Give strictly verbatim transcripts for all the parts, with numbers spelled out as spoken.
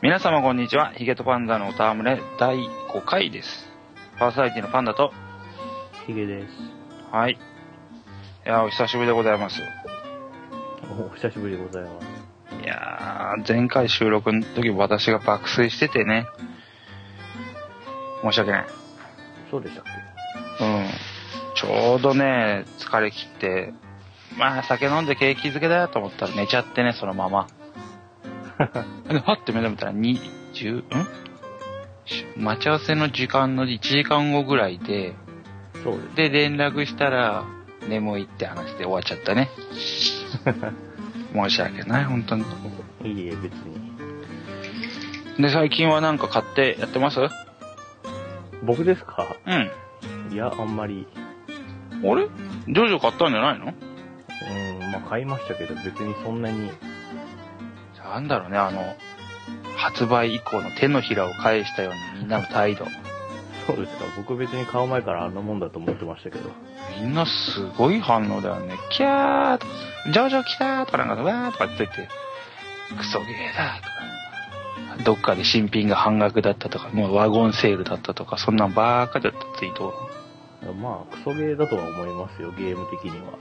皆様こんにちは。ヒゲとパンダのおたわむれだいごかいです。パーソナリティのパンダとヒゲです。 はい。いやーお久しぶりでございます。 お久しぶりでございます。 いやー前回収録の時私が爆睡しててね、申し訳ない。 そうでしたっけ？うん。ちょうどね疲れ切って、まあ酒飲んで景気づけだよと思ったら寝ちゃってね、そのまま。ではって目覚めたらにじゅう、ん待ち合わせの時間のいちじかんごぐらいで、 そうです。 で、連絡したら、眠いって話で終わっちゃったね。申し訳ない、本当に。 いいえ、別に。 で、最近はなんか買ってやってます？ 僕ですか？ うん。 いや、あんまり。 あれ？ジョジョ買ったんじゃないの？ うん、まあ買いましたけど、別にそんなに。 なんだろうね、あの、発売以降の手のひらを返したようにみんなの態度。 そうですか。僕別に買う前からあんなもんだと思ってましたけど。 みんなすごい反応だよね。キャーとか、ジョジョ来たーとかなんか、わーとか言ってて、クソゲーだとか、どっかで新品が半額だったとか、もうワゴンセールだったとか、そんなんばーかだったツイート。 まあ、クソゲーだとは思いますよ、ゲーム的には。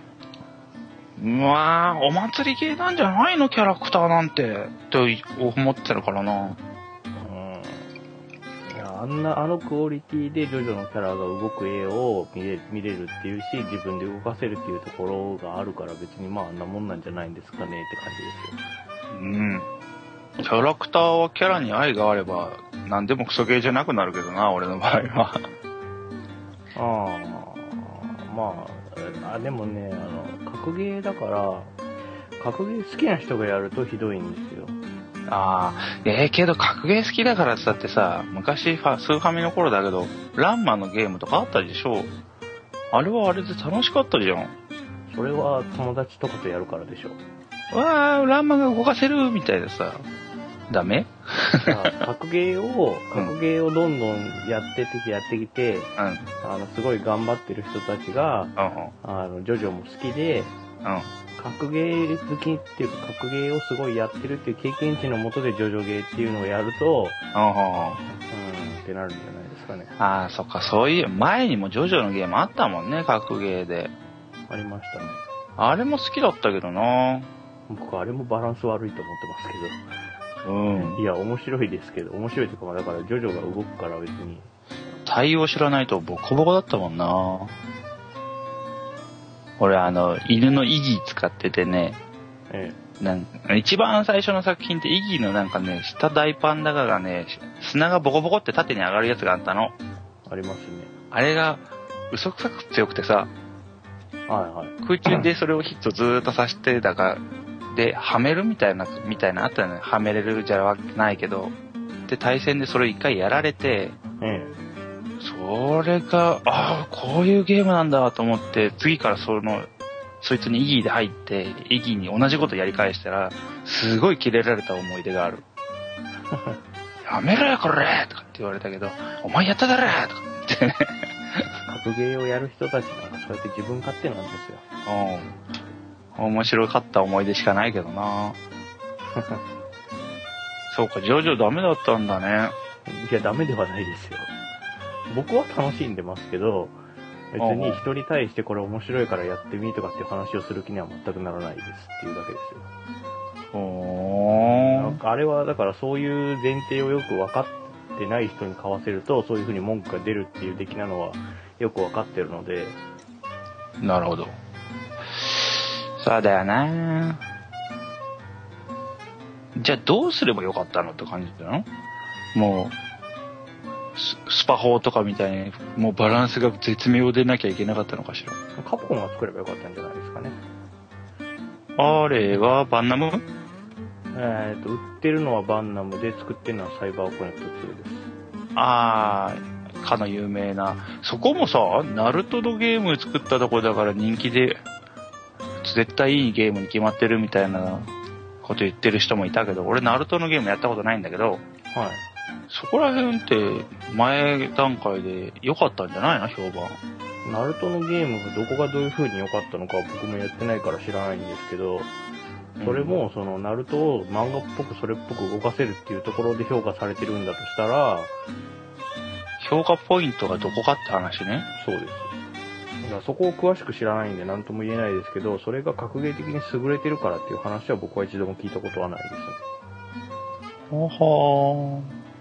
まあ、お祭り系なんじゃないのキャラクターなんて、と思ってるからな。 うん。いや、あんな、あのクオリティでジョジョのキャラが動く絵を見れ、見れるっていうし、自分で動かせるっていうところがあるから別にまああんなもんなんじゃないんですかねって感じですよ。 うん。キャラクターはキャラに愛があれば、何でもクソゲーじゃなくなるけどな、俺の場合は。 ああ、まあ、あ、でもね、あの、格ゲーだから、格ゲー好きな人がやるとひどいんですよ。 ああ、ええー、けど格ゲー好きだからってだってさ、昔ファスーファミの頃だけど、ランマのゲームとかあったでしょ？あれはあれで楽しかったじゃん。 それは友達とかとやるからでしょ。 わー、ランマが動かせるみたいなさ。ダメ？ 格ゲーを、格ゲーをどんどんやってきて、やってきて、うん、あの、すごい頑張ってる人たちが、うん、あの、ジョジョも好きで、うん、格ゲー好きっていうか、格ゲーをすごいやってるっていう経験値のもとでジョジョゲーっていうのをやると、うん、うん、ってなるんじゃないですかね。 ああ、そっか、そういう、前にもジョジョのゲームあったもんね、格ゲーで。 ありましたね。 あれも好きだったけどな。 僕、あれもバランス悪いと思ってますけど。うん。いや、面白いですけど、面白いというか、だから、ジョジョが動くから別に。 対応知らないとボコボコだったもんな。俺、あの、犬のイギー使っててね。ええ。なん一番最初の作品ってイギーのなんかね、下大パンダがね、砂がボコボコって縦に上がるやつがあったの。 ありますね。 あれが、嘘くさく強くてさ。 はいはい。 空中でそれをヒットずーっとさしてだから、で、はめるみたいな、みたいなあったよね。はめれるじゃないけど。で、対戦でそれ一回やられて、うん。それが、ああ、こういうゲームなんだと思って、次からその、そいつにイギーで入って、イギーに同じことやり返したら、すごいキレられた思い出がある。やめろよ、これとかって言われたけど、お前やっただろとかって言ってね。 格ゲーをやる人たちなんかそうやって自分勝手なんですよ。 うん。面白かった思い出しかないけどな。そうか、ジョジョダメだったんだね。 いや、ダメではないですよ。僕は楽しんでますけど、別に人に対してこれ面白いからやってみとかっていう話をする気には全くならないですっていうだけですよ。おー。あれはだからそういう前提をよく分かってない人に買わせると、そういう風に文句が出るっていう出来なのはよく分かってるので。 なるほど。そうだよな。じゃあどうすればよかったのって感じだよ。もうス、スパ法とかみたいにもうバランスが絶妙でなきゃいけなかったのかしら。 カプコンが作ればよかったんじゃないですかね。 あれはバンナム？ えっと、売ってるのはバンナムで作ってるのはサイバーコネクトツーです。 あー、かの有名な。そこもさ、ナルトのゲーム作ったとこだから人気で、絶対いいゲームに決まってるみたいなこと言ってる人もいたけど、俺ナルトのゲームやったことないんだけど、はい。そこら辺って前段階で良かったんじゃないの、評判。 ナルトのゲームがどこがどういう風に良かったのか僕もやってないから知らないんですけど、 それも、その、ナルトを漫画っぽくそれっぽく動かせるっていうところで評価されてるんだとしたら、 評価ポイントがどこかって話ね。 そうです。だからそこを詳しく知らないんで何とも言えないですけど、それが格ゲー的に優れてるからっていう話は僕は一度も聞いたことはないです。 ほほ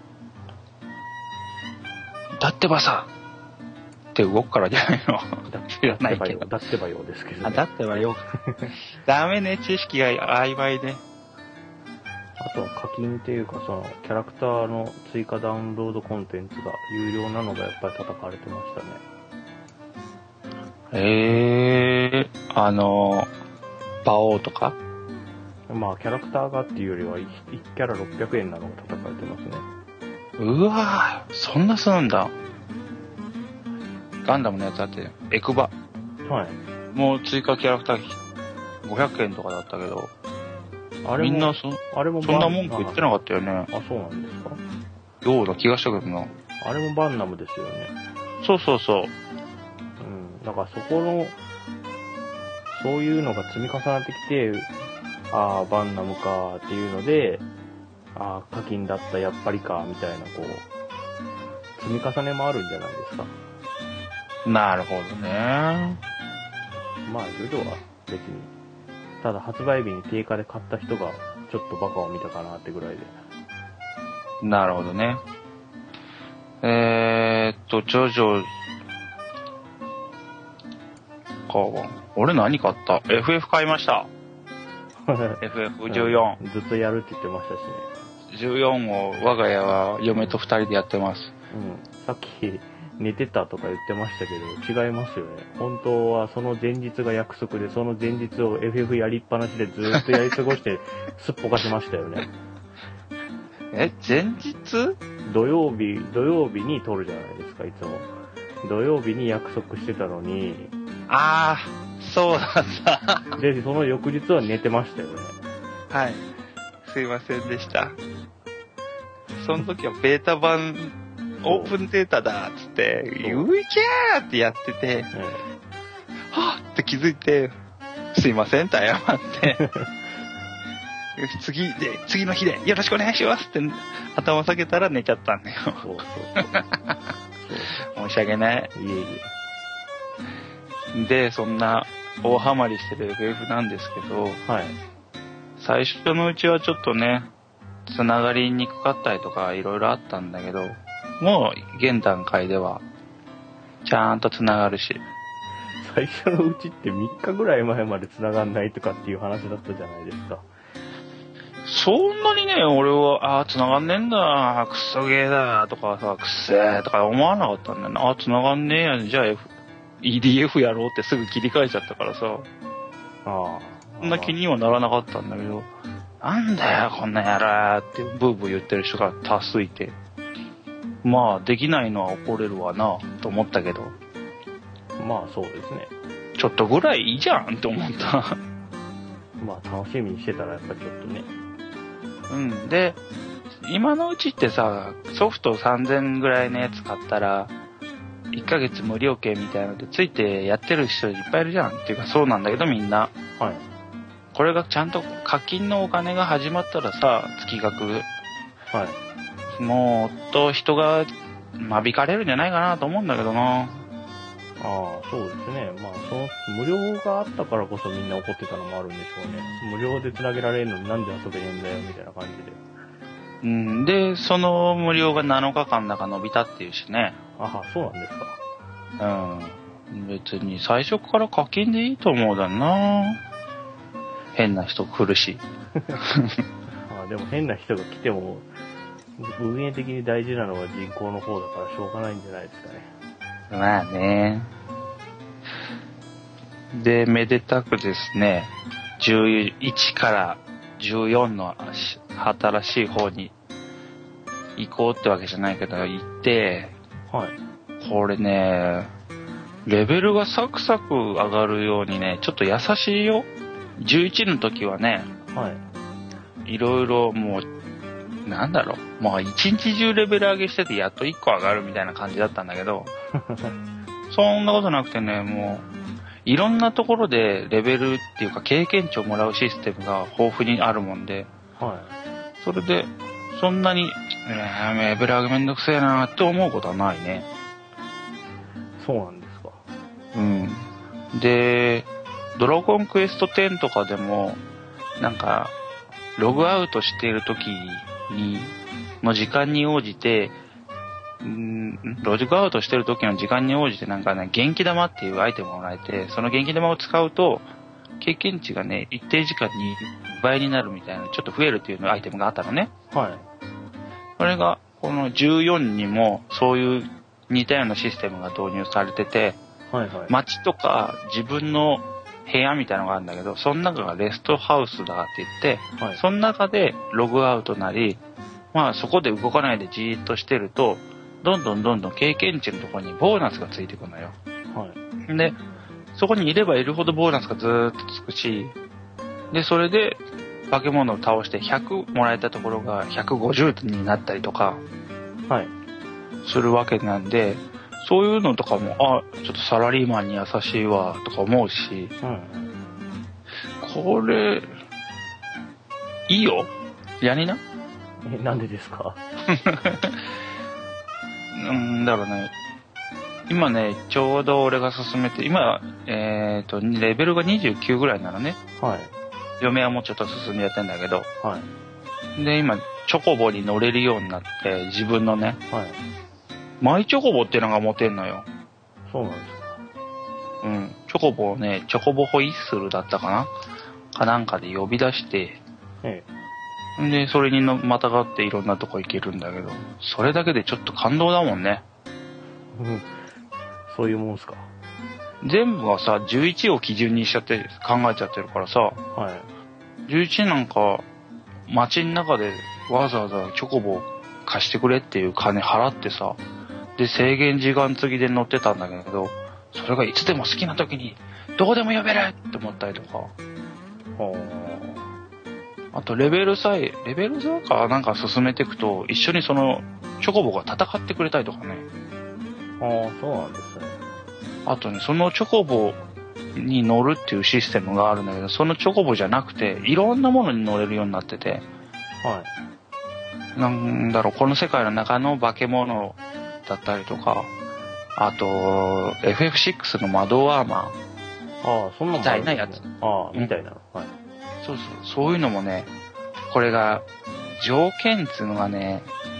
ー。だってばさって動くからじゃないの。 だってばよ、だってばよですけど、ね。 あ、だってばよ。ダメね、知識が曖昧で。 あとは課金っていうか、その、キャラクターの追加ダウンロードコンテンツが有料なのがやっぱり叩かれてましたね。 えー、あの、馬王とかまあ、キャラクターがっていうよりは、いちキャラろっぴゃくえんなのが叩かれてますね。 うわぁ、そんなするんだ。ガンダムのやつあって、エクバ。 はい。 もう追加キャラクターごひゃくえんとかだったけど、あれみんなそ、あれもそんな文句言ってなかったよね。 あ、そうなんですか？ ような気がしたけどな。 あれもバンナムですよね。 そうそうそう。 うん。だからそこの、そういうのが積み重なってきて、ああ、バンナムかっていうので、ああ、課金だった、やっぱりか、みたいな、こう、積み重ねもあるんじゃないですか。 なるほどね。 まあ、ジョジョは別に、ただ発売日に定価で買った人が、ちょっとバカを見たかなってぐらいで。 なるほどね。えーっと、ジョジョ、か、俺何買った？ エフエフ 買いました。エフエフじゅうよん、 うん。ずっとやるって言ってましたしね。じゅうよんを我が家は嫁と二人でやってます。 うん。さっき寝てたとか言ってましたけど、違いますよね。本当はその前日が約束で、その前日を エフエフ やりっぱなしでずっとやり過ごして、すっぽかしましたよね。 え、前日？ 土曜日、土曜日に撮るじゃないですか、いつも。土曜日に約束してたのに。 あー、そうなんだ。 で、その翌日は寝てましたよね。 はい。すいませんでした。その時はベータ版、オープンデータだっつって、ういけーってやってて、はぁって気づいて、すいませんって謝って、次で、次の日でよろしくお願いしますって頭下げたら寝ちゃったんだよ。そうそうそう。申し訳ない。いえいえ。で、そんな大ハマりしてる エフエフ なんですけど、はい。最初のうちはちょっとね、つながりにくかったりとかいろいろあったんだけど、もう現段階ではちゃんとつながるし。 最初のうちってみっかぐらい前までつながんないとかっていう話だったじゃないですか。 そんなにね、俺は、あー、繋がんねえんだ、クソゲーだ、とかさ、くせーとか思わなかったんだよな。あー、繋がんねえやん、じゃあ F、イーディーエフ やろうってすぐ切り替えちゃったからさ。ああ。そんな気にはならなかったんだけど、なんだよ、こんなやらーってブーブー言ってる人が多数いて。まあ、できないのは怒れるわな、と思ったけど。 まあ、そうですね。 ちょっとぐらいいいじゃんって思った。 まあ、楽しみにしてたらやっぱちょっとね。 うん。で、今のうちってさ、ソフトさんぜんぐらいのやつ買ったら、いっかげつ無料券みたいなのでついてやってる人いっぱいいるじゃん。っていうかそうなんだけどみんな。はい。これがちゃんと課金のお金が始まったらさ、月額。はい。もっと人が間引かれるんじゃないかなと思うんだけどな。 ああ、そうですね。まあ、その、無料があったからこそみんな怒ってたのもあるんでしょうね。無料で繋げられるのになんで遊べねえんだよ、みたいな感じで。 うん。で、その無料がなのかかんだか伸びたっていうしね。 ああ、そうなんですか。うん。別に最初から課金でいいと思うだな。変な人来るし。 ああ、でも変な人が来ても、運営的に大事なのは人口の方だからしょうがないんじゃないですかね。 まあね。で、めでたくですね、じゅういちからじゅうよんの新しい方に行こうってわけじゃないけど、行って、はい。これね、レベルがサクサク上がるようにね、ちょっと優しいよ。じゅういちの時はね、はい。いろいろもう、なんだろう、もう一日中レベル上げしててやっといっこ上がるみたいな感じだったんだけど、そんなことなくてね、もう、 いろんなところでレベルっていうか経験値をもらうシステムが豊富にあるもんで、 はい。 それで、そんなに、えー、レベル上げめんどくせえなーって思うことはないね。 そうなんですか。 うん。で、ドラゴンクエストテンとかでも、なんか、ログアウトしている時に、の時間に応じて、んログアウトしてる時の時間に応じてなんかね、元気玉っていうアイテムをもらえて、その元気玉を使うと、経験値がね、一定時間に倍になるみたいな、ちょっと増えるっていうアイテムがあったのね。 はい。 それが、このじゅうよんにも、そういう似たようなシステムが導入されてて、 はいはい。 街とか自分の部屋みたいなのがあるんだけど、その中がレストハウスだって言って、はい、その中でログアウトなり、まあそこで動かないでじーっとしてると、どんどんどんどん経験値のところにボーナスがついてくるのよ。はい。で、そこにいればいるほどボーナスがずーっとつくし、で、それで化け物を倒してひゃくもらえたところがひゃくごじゅうになったりとか、はい。するわけなんで、そういうのとかも、あ、ちょっとサラリーマンに優しいわ、とか思うし、うん、これ、いいよ。やりな。 え、なんでですか？ うんだろうね。今ね、ちょうど俺が進めて、今、えっと、レベルがにじゅうきゅうぐらいなのね。はい。嫁はもうちょっと進んでやってんだけど。はい。で、今、チョコボに乗れるようになって、自分のね。はい。マイチョコボっていうのが持てんのよ。 そうなんですか。 うん。チョコボをね、チョコボホイッスルだったかなかなんかで呼び出して、ええ。で、それにのまたがっていろんなとこ行けるんだけど、それだけでちょっと感動だもんね。 うん。そういうもんすか。 全部がさ、じゅういちを基準にしちゃって考えちゃってるからさ、はい。じゅういちなんか、街の中でわざわざチョコボ貸してくれっていう金払ってさ、で、制限時間継ぎで乗ってたんだけど、それがいつでも好きな時に、どこでも呼べるって思ったりとか。あと、レベルさえ、レベルさかなんか進めていくと、一緒にその、チョコボが戦ってくれたりとかね。 ああ、そうなんですね。 あとね、そのチョコボに乗るっていうシステムがあるんだけど、そのチョコボじゃなくて、いろんなものに乗れるようになってて。はい。なんだろう、この世界の中の化け物だったりとか、あと、エフエフシックス のマドアーマー。 ああ、そんなのみたいなやつ。 ああ、みたいなの。はい。 そうそう、そういうのもね、これが、条件っつうのがね、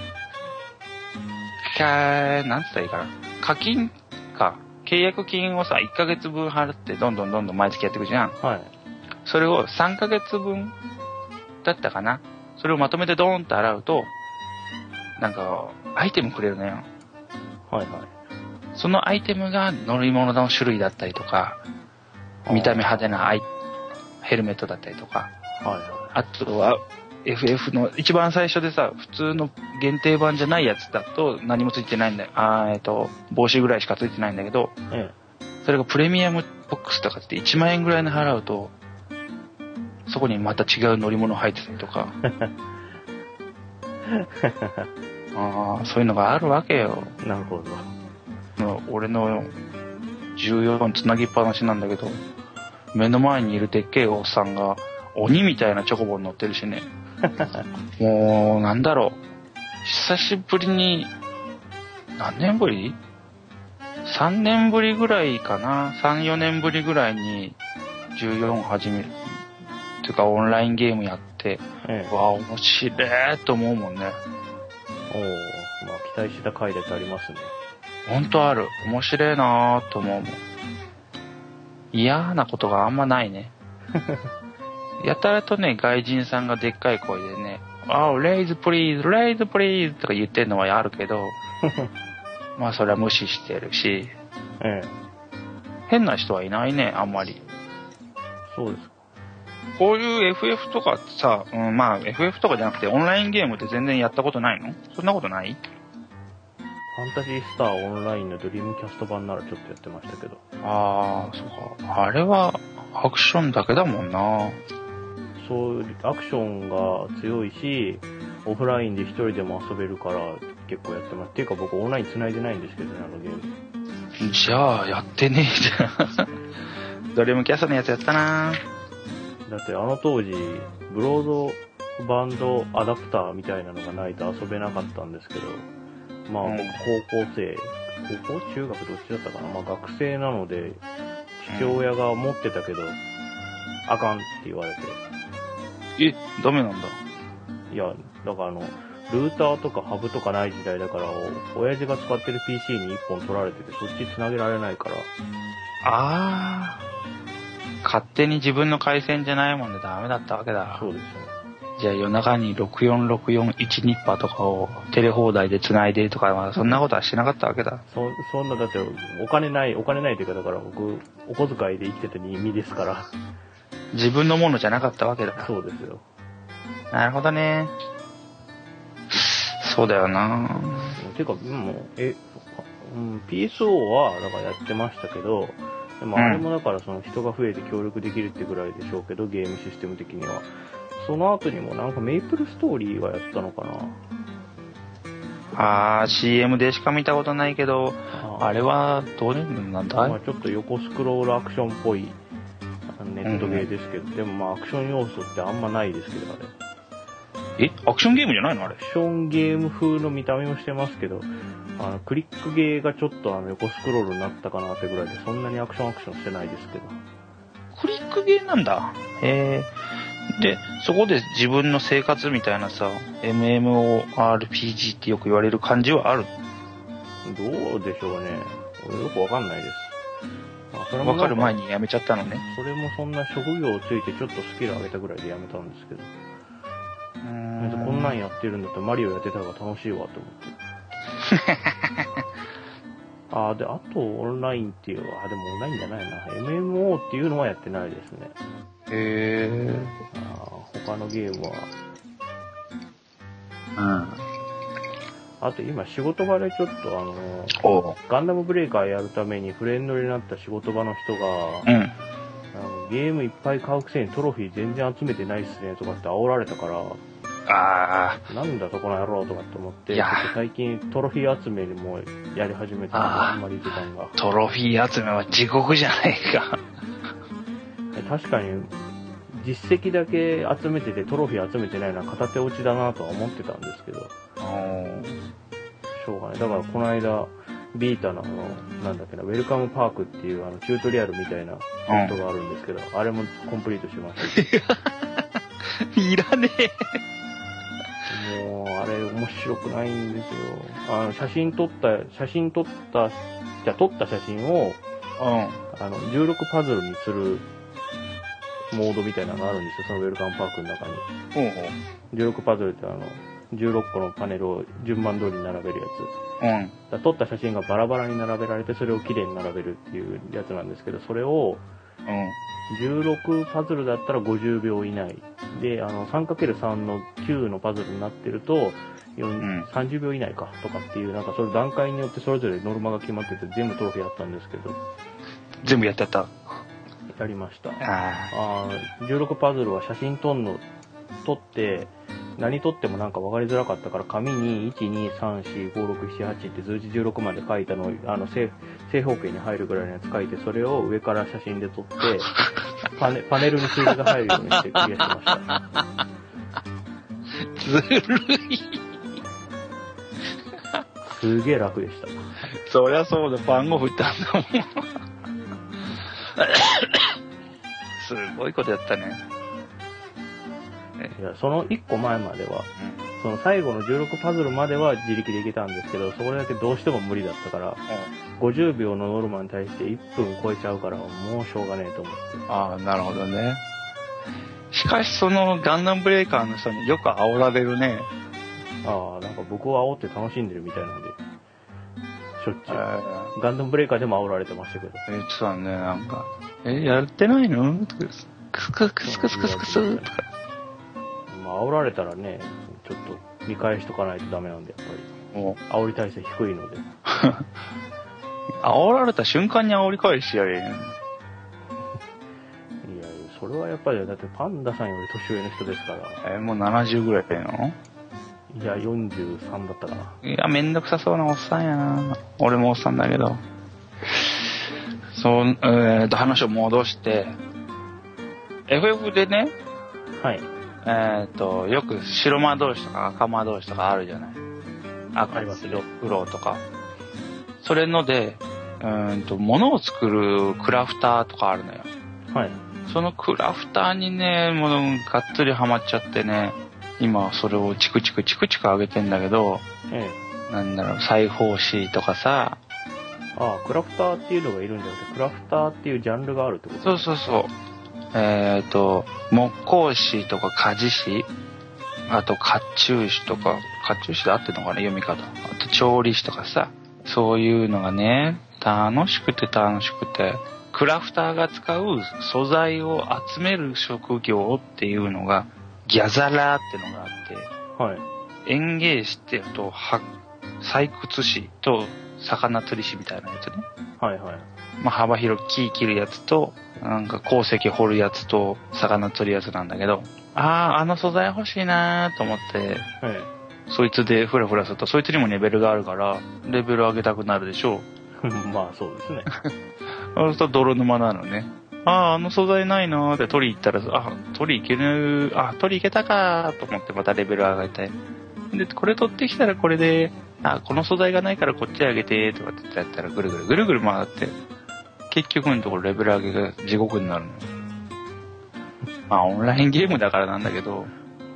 かなんつったらいいかな。課金か。契約金をさ、いっかげつぶん払ってどんどんどんどん毎月やっていくじゃん。はい。それをさんかげつぶんだったかな。それをまとめてドーンと洗うと、なんか、アイテムくれるのよ。はいはい。そのアイテムが乗り物の種類だったりとか、見た目派手なアイヘルメットだったりとか。はいはい。あとは、エフエフ の一番最初でさ、普通の限定版じゃないやつだと何もついてないんだよ。あー、えっと、帽子ぐらいしかついてないんだけど、ええ、それがプレミアムボックスとかっていちまんえんぐらいで払うと、そこにまた違う乗り物入ってたりとか。ああ、そういうのがあるわけよ。 なるほど。俺のじゅうよんつなぎっぱなしなんだけど、目の前にいるでっけえおっさんが鬼みたいなチョコボに乗ってるしね。もう、なんだろう。久しぶりに、何年ぶり ?さん 年ぶりぐらいかな。さん、よねんぶりぐらいにじゅうよん始める。っていうかオンラインゲームやって、ええ、わあ、面白いと思うもんね。 おー、まあ期待した回だってありますね。 ほんとある。面白いなぁと思うもん。嫌なことがあんまないね。やたらとね、外人さんがでっかい声でね、ああ、レイズプリーズ、レイズプリーズとか言ってんのはあるけど、まあそれは無視してるし、ええ、変な人はいないね、あんまり。 そうですか。 こういう エフエフ とかさ、うん、まあ エフエフ とかじゃなくてオンラインゲームって全然やったことないの？そんなことない？ ファンタジースターオンラインのドリームキャスト版ならちょっとやってましたけど。 ああ、そうか。あれはアクションだけだもんな。 そう、アクションが強いし、オフラインで一人でも遊べるから結構やってます。っていうか僕オンライン繋いでないんですけどね、あのゲーム。 じゃあ、やってねえじゃん。 ドリームキャストのやつやったな。 だってあの当時、ブロードバンドアダプターみたいなのがないと遊べなかったんですけど、まあ僕高校生、高校中学どっちだったかな、まあ学生なので、父親が持ってたけど、うん、あかんって言われて。 え、ダメなんだ。 いや、だからあの、ルーターとかハブとかない時代だから、親父が使ってる ピーシー にいっぽん取られてて、そっち繋げられないから。 あー。勝手に自分の回線じゃないもんでダメだったわけだ。 そうですね。 じゃあ夜中にろくよんろくよんいちニッパーとかをテレ放題で繋いでとか、まあ、そんなことはしなかったわけだ。 そ、そんな、だってお金ない、お金ないというかだから僕、お小遣いで生きてた身ですから。 自分のものじゃなかったわけだ。 そうですよ。 なるほどね。そうだよな。 てか、もう、え、うん、ピーエスオー は、だからやってましたけど、でもあれもだからその人が増えて協力できるってぐらいでしょうけど、ゲームシステム的には。その後にもなんかメイプルストーリーはやったのかな。あー、シーエム でしか見たことないけど、あ, あれはどういうのなんだい？ まあちょっと横スクロールアクションっぽいネットゲーですけど、うん、でもまあアクション要素ってあんまないですけど、あれ。 え、アクションゲームじゃないのあれ？ アクションゲーム風の見た目をしてますけど、あの、クリックゲーがちょっとあの横スクロールになったかなってぐらいで、そんなにアクションアクションしてないですけど。 クリックゲーなんだ。へえ。で、そこで自分の生活みたいなさ、エムエムオーアールピージー ってよく言われる感じはある？ どうでしょうね。俺よくわかんないです。 わかる前にやめちゃったのね。 それもそんな職業ついてちょっとスキル上げたぐらいでやめたんですけど。うーん、こんなんやってるんだったらマリオやってた方が楽しいわと思って。あーで、あとオンラインっていうのは、あ、でもオンラインじゃないな。エムエムオー っていうのはやってないですね。 へー。 あ他のゲームは。 うん。 あと今仕事場でちょっとあの、ガンダムブレイカーやるためにフレンドになった仕事場の人が、うん、あのゲームいっぱい買うくせにトロフィー全然集めてないっすねとかって煽られたから、 ああ。 なんだそこの野郎とかって思って、ちょっと最近トロフィー集めにもやり始めたので、あんまり時間が。 トロフィー集めは地獄じゃないか。 確かに、実績だけ集めててトロフィー集めてないのは片手落ちだなとは思ってたんですけど。しょうがない。だからこの間、ビータのあの、なんだっけな、ウェルカムパークっていうあの、チュートリアルみたいなソフトがあるんですけど、うん、あれもコンプリートしました。 いらねえ。もう、あれ面白くないんですよ。あの、写真撮った、写真撮った、じゃあ撮った写真を、うん、あの、じゅうろくパズルにするモードみたいなのがあるんですよ、そのウェルカムパークの中に。うんうん、じゅうろくパズルってあの、じゅうろっこのパネルを順番通りに並べるやつ。うん。だ撮った写真がバラバラに並べられて、それをきれいに並べるっていうやつなんですけど、それを、うん。じゅうろくパズルだったらごじゅうびょう以内。で、あの、さんかけるさん のきゅうのパズルになってると、うん、さんじゅうびょう以内か、とかっていう、なんかそれ段階によってそれぞれノルマが決まってて、全部トロフィーあったんですけど。 全部やってやった。 やりました。あああ。じゅうろくパズルは写真撮んの、撮って、何撮ってもなんか分かりづらかったから紙にいち、に、さん、よん、ご、ろく、なな、はちって数字じゅうろくまで書いたのをあの正正方形に入るぐらいのやつ書いて、それを上から写真で撮ってパネパネルに数字が入るようにしてクリアしました。 ずるい。 すげえ楽でした。 そりゃそうだ、番号振ったんだもん。すごいことやったね。 いや、そのいっこまえまでは、うん、その最後のじゅうろくパズルまでは自力でいけたんですけど、そこだけどうしても無理だったから、うん、ごじゅうびょうのノルマに対していっぷん超えちゃうから、もうしょうがねえと思って。 ああ、なるほどね。しかしそのガンダムブレイカーの人によく煽られるね。 ああ、なんか僕を煽って楽しんでるみたいなんで、しょっちゅう。ガンダムブレイカーでも煽られてましたけど。 え、そうだね、なんか、え、やってないのとか、クスクスクスクスクスクスとか。 まあ、煽られたらね、ちょっと見返しとかないとダメなんで、やっぱり。もう煽り体制低いので。 煽られた瞬間に煽り返しやれん。いや、 それはやっぱり、だってパンダさんより年上の人ですから。 え、もうななじゅうぐらいだよ。 いや、よんじゅうさんだったかな。 いや、めんどくさそうなおっさんやな。俺もおっさんだけど。 そう、えーと、話を戻して、エフエフ でね、 はい。 えーと、よく白魔導士とか赤魔導士とかあるじゃない。赤、白、黒とか。それので、うーんと、物を作るクラフターとかあるのよ。 はい。 そのクラフターにね、もうがっつりハマっちゃってね、今それをチクチクチクチク上げてんだけど、ええ、なんだろう、裁縫師とかさ。 ああ、クラフターっていうのがいるんじゃなくて、クラフターっていうジャンルがあるってこと？ そうそうそう。えっと、木工師とか鍛冶師、あと甲冑師とか、甲冑師で合ってるのかな、読み方。あと調理師とかさ、そういうのがね、楽しくて楽しくて、クラフターが使う素材を集める職業っていうのが、ギャザラーってのがあって、はい。園芸師ってと、採掘師と魚釣り師みたいなやつね。はいはい。まあ幅広く木切るやつと、なんか鉱石掘るやつと魚釣るやつなんだけど、ああ、あの素材欲しいなーと思って、はい。そいつでフラフラすると、そいつにもレベルがあるから、レベル上げたくなるでしょう。 まあそうですね。 そうすると泥沼なのね。ああ、あの素材ないなーって取り行ったら、あ、取り行ける、あ、取り行けたかーと思ってまたレベル上げて。で、これ取ってきたらこれで、あ、この素材がないからこっち上げて、とかってやったらぐるぐるぐるぐる回って、結局のところレベル上げが地獄になるの。まあオンラインゲームだからなんだけど。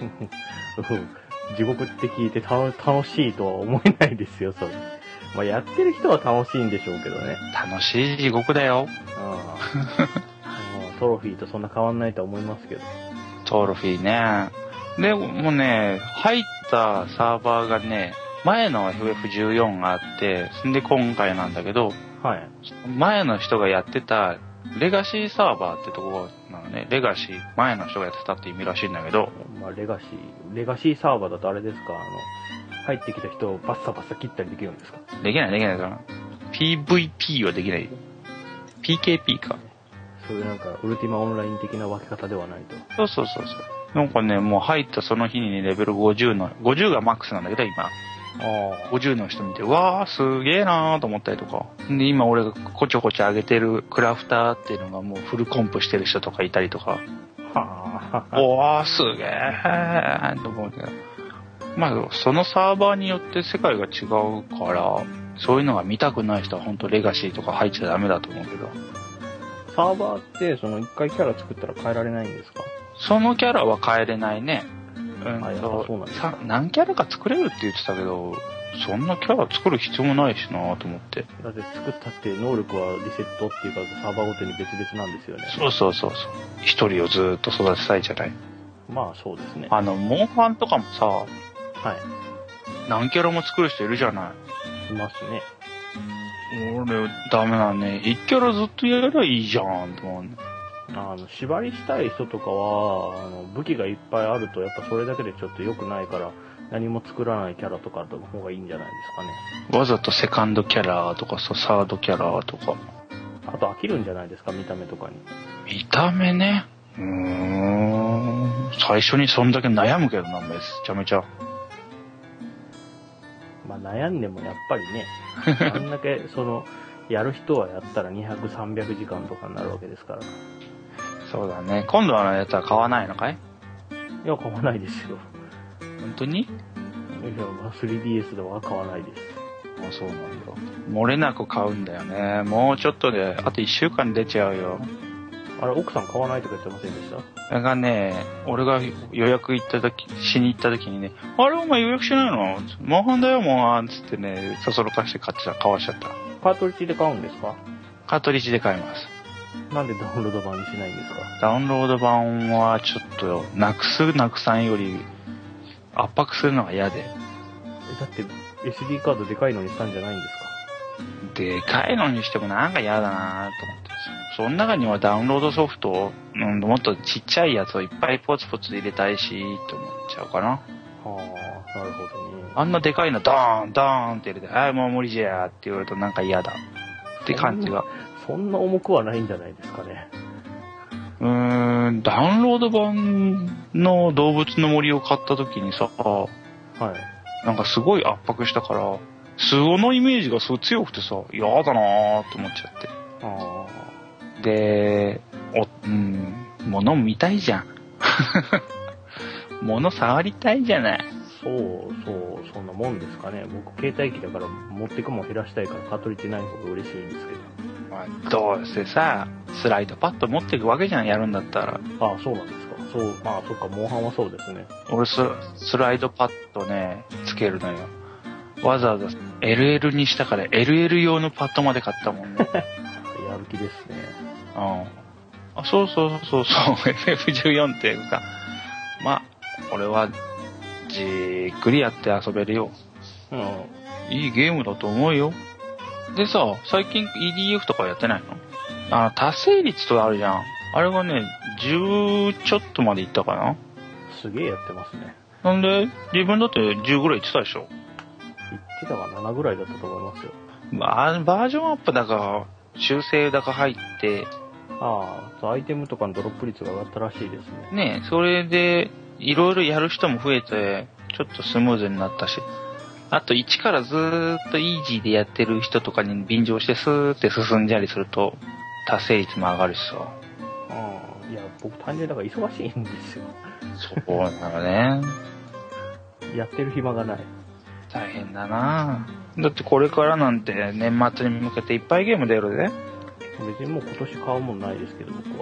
地獄って聞いて楽しいとは思えないですよ、それ。まあやってる人は楽しいんでしょうけどね。 楽しい地獄だよ。 ああ。トロフィーとそんな変わんないと思いますけど。 トロフィーね。でもね、入ったサーバーがね、前の エフエフじゅうよん があって、で今回なんだけど、はい。前の人がやってたレガシーサーバーってとこなのね。レガシー、前の人がやってたって意味らしいんだけど。 まあレガシー、レガシーサーバーだとあれですか、あの、入ってきた人をバッサバッサ切ったりできるんですか？ できないできないから。ピーブイピー はできない。ピーケーピー か。 そういうなんか、ウルティマオンライン的な分け方ではないと。 そうそうそうそう。なんかね、もう入ったその日にね、レベルごじゅうの、ごじゅうがマックスなんだけど、今。あごじゅうの人見て、うわー、すげーなーと思ったりとか。で、今俺がこちょこちょ上げてるクラフターっていうのがもうフルコンプしてる人とかいたりとか。はぁ。おー、すげーと思うけど。まあ、そのサーバーによって世界が違うから、そういうのが見たくない人は本当レガシーとか入っちゃダメだと思うけど。 サーバーって、その一回キャラ作ったら変えられないんですか？ そのキャラは変えれないね。うん、 あ、そうなんですか。 何キャラか作れるって言ってたけど、そんなキャラ作る必要もないしなと思って。 だって作ったって能力はリセットっていうかサーバーごとに別々なんですよね。 そうそうそうそう。一人をずっと育てたいじゃない。 まあそうですね。 あの、モンハンとかもさ、はい。何キャラも作る人いるじゃない。 いますね。 俺、ダメなね。一キャラずっとやればいいじゃん、と思うね。 あの、縛りしたい人とかは、あの、武器がいっぱいあると、やっぱそれだけでちょっと良くないから、何も作らないキャラとかの方がいいんじゃないですかね。 わざとセカンドキャラとかさ、サードキャラとか。 あと飽きるんじゃないですか、見た目とかに。 見た目ね。うーん。最初にそんだけ悩むけどな、めちゃめちゃ。 まあ悩んでもやっぱりね、あんだけ、その、やる人はやったらにひゃく、さんびゃくじかんとかになるわけですから。 そうだね。今度のやつは買わないのかい？ いや、買わないですよ。 本当に？いや、 まあ、スリーディーエス では買わないです。 あ、そうなんだ。漏れなく買うんだよね。もうちょっとで、あといっしゅうかん出ちゃうよ。 あれ、奥さん買わないとか言ってませんでした？ それがね、俺が予約行った時、しに行った時にね、あれお前予約しないの？モンハンだよ、モンハンつってね、そそろかして買っちゃ、買わしちゃった。 カートリッジで買うんですか？ カートリッジで買います。 なんでダウンロード版にしないんですか？ ダウンロード版はちょっと、なくすなくさんより、圧迫するのが嫌で。 え、だって エスディー カードでかいのにしたんじゃないんですか？ でかいのにしてもなんか嫌だなと思って。その中にはダウンロードソフト、うん、もっとちっちゃいやつをいっぱいポツポツ入れたいし、と思っちゃうかな。はあ、なるほどね。 あんなでかいのドーン、ドーンって入れて、はい、もう無理じゃーって言われるとなんか嫌だ。って感じが。 そんな重くはないんじゃないですかね。 うーん、ダウンロード版の動物の森を買った時にさ、はい。なんかすごい圧迫したから、スゴのイメージがすごい強くてさ、嫌だなーって思っちゃって。あで、お、うん、物見たいじゃん。物触りたいじゃない。 そうそう、そんなもんですかね。僕、携帯機だから持ってくもん減らしたいからカートリッジない方が嬉しいんですけど。 まあ、どうせさ、スライドパッド持っていくわけじゃん、やるんだったら。 ああ、そうなんですか。そう、まあ、そっか、モンハンはそうですね。 俺ス、スライドパッドね、つけるのよ。わざわざ エルエル にしたから エルエル 用のパッドまで買ったもんね。 やる気ですね。 うん。あ、そうそうそうそう、エフエフじゅうよん っていうか、まあ、俺は、じーっくりやって遊べるよ。 うん。 いいゲームだと思うよ。でさ、最近 イーディーエフ とかやってないの？あの、達成率とかあるじゃん。あれがね、じゅうちょっとまでいったかな？ すげえやってますね。 なんで、自分だってじゅうぐらいいってたでしょ？ 言ってたかななぐらいだったと思いますよ。 まあ、バージョンアップだか、修正だか入って、 ああ、アイテムとかのドロップ率が上がったらしいですね。 ねえ、それで、いろいろやる人も増えて、ちょっとスムーズになったし、あといちからずーっとイージーでやってる人とかに便乗してスーって進んじゃりすると、達成率も上がるしさ。 ああ、いや、僕単純にだから忙しいんですよ。 そうなのね。 やってる暇がない。 大変だなぁ。だってこれからなんて年末に向けていっぱいゲーム出るで。 別にもう今年買うもんないですけど、僕は。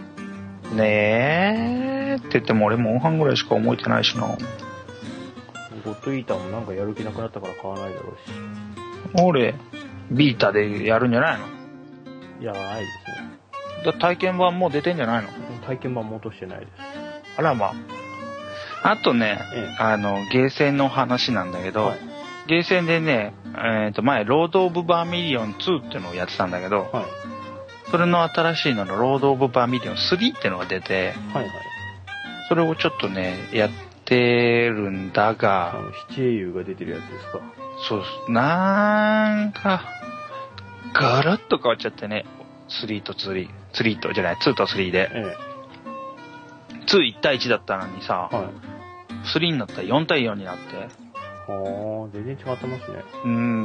ねえって言っても俺モンハンぐらいしか覚えてないしな。 ゴッドイーターもなんかやる気なくなったから買わないだろうし。 俺、ビータでやるんじゃないの？ いや、ないですね。 だ体験版もう出てんじゃないの？ 体験版も落としてないです。 あらまあ。あとね、 ええ、 あの、ゲーセンの話なんだけど、 はい、 ゲーセンでね、えっと、前、ロード・オブ・バーミリオンツーっていうのをやってたんだけど、 はい、 それの新しいののロード・オブ・バーミリオンスリーっていうのが出て、 はいはい。 それをちょっとね、やってるんだが、 あの、七英雄が出てるやつですか？ そうです。なんか、ガラッと変わっちゃってね、スリーとスリー、スリーと、じゃない、ツーとスリーで。 ええ、ツーいち対いちだったのにさ、 はい、 スリーになったらよん対よんになって。 はあ、全然違ってますね。 うん、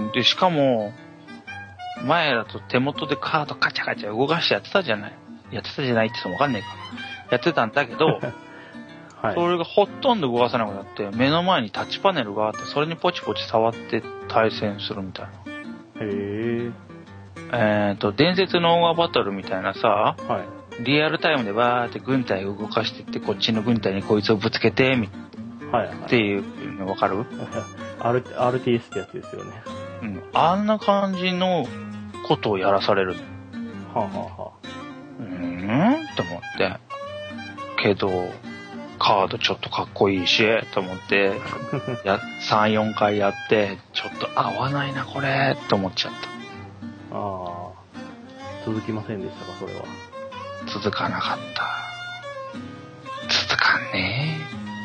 で、しかも、前だと手元でカードカチャカチャ動かしてやってたじゃない。やってたじゃないって言ってもわかんねえか。やってたんだけど、はい、それがほとんど動かさなくなって、目の前にタッチパネルがあって、それにポチポチ触って対戦するみたいな。 へえ。えっと、伝説のオーガバトルみたいなさ、 はい、 リアルタイムでバーって軍隊を動かしていって、こっちの軍隊にこいつをぶつけて、み、はいはい、っていうのわかる？ アールティーエス ってやつですよね。 うん。あんな感じのことをやらされる。 はあ、はあはあ、 うーんと思って。けど、カードちょっとかっこいいし、と思って、や、さん、よんかいやって、ちょっと合わないな、これ、と思っちゃった。 ああ、続きませんでしたか、それは。 続かなかった。続かんね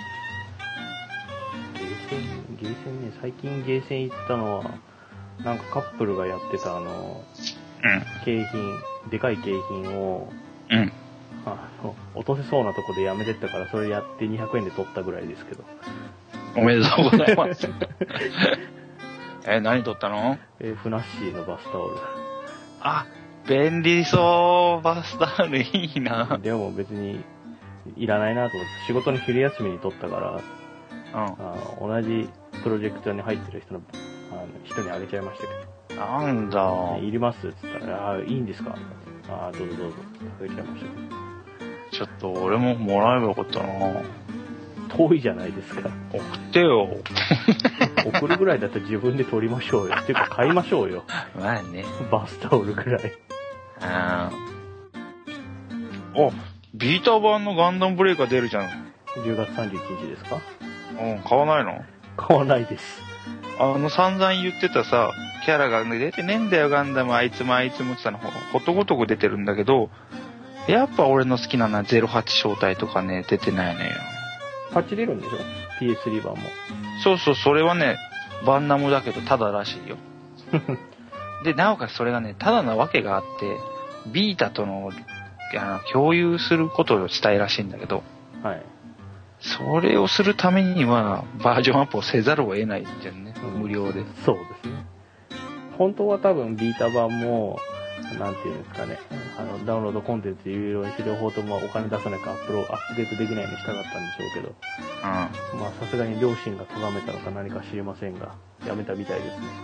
ゲーセン、ゲーセンね、最近ゲーセン行ったのは、なんかカップルがやってたあの、うん、景品、でかい景品を、 うん。 あの、落とせそうなとこでやめてったから、それやってにひゃくえんで取ったぐらいですけど。 おめでとうございます。え、何取ったの？ え、フナッシーのバスタオル。 あ、便利そう、バスタオルいいな。 でも別に、いらないなと思って、仕事の昼休みに取ったから、うん、あの同じプロジェクトに入ってる人の、あの人にあげちゃいましたけど。 なんだ。 いりますって言ったら、あ、いいんですか？あ、どうぞどうぞってあげちゃいましたけど。 ちょっと俺ももらえばよかったな。 遠いじゃないですか。 送ってよ。 送るぐらいだったら自分で取りましょうよ。っていうか買いましょうよ。 まあね。 バスタオルぐらい。 ああ。あ、ビータ版のガンダムブレイカー出るじゃん。 じゅうがつさんじゅういちにちですか？ うん、買わないの？ 買わないです。 あの散々言ってたさ、キャラが出てねえんだよ、ガンダム。あいつもあいつもって言ったの、ことごとく出てるんだけど、やっぱ俺の好きなのはゼロはち招待とかね、出てないのよ。 はち出るんでしょ？ ピーエススリー 版も。 そうそう、それはね、バンナムだけどタダらしいよ。で、なおかつそれがね、タダなわけがあって、ビータとの、あの共有することをしたいらしいんだけど、はい。それをするためには、バージョンアップをせざるを得ないじゃんね。うん、無料で。 そうですね。本当は多分ビータ版も、なんていうんですかね、 あの、ダウンロードコンテンツ有料にして両方ともお金出さなきゃアップロアップデートできないようにしたかったんでしょうけど、うん、まあさすがに両親が咎めたのか何か知りませんが、やめたみたいですね。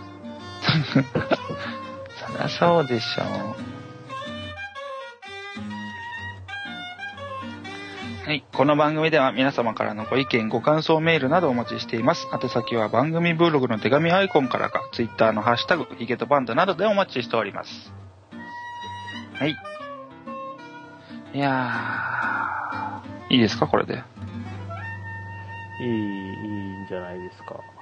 そりゃそうでしょう。はい。この番組では皆様からのご意見、ご感想メールなどお待ちしています。宛先は番組ブログの手紙アイコンからか、ツイッターのハッシュタグ、ヒゲとバンドなどでお待ちしております。はい。いやー、いいですかこれで。 いい、いいんじゃないですか。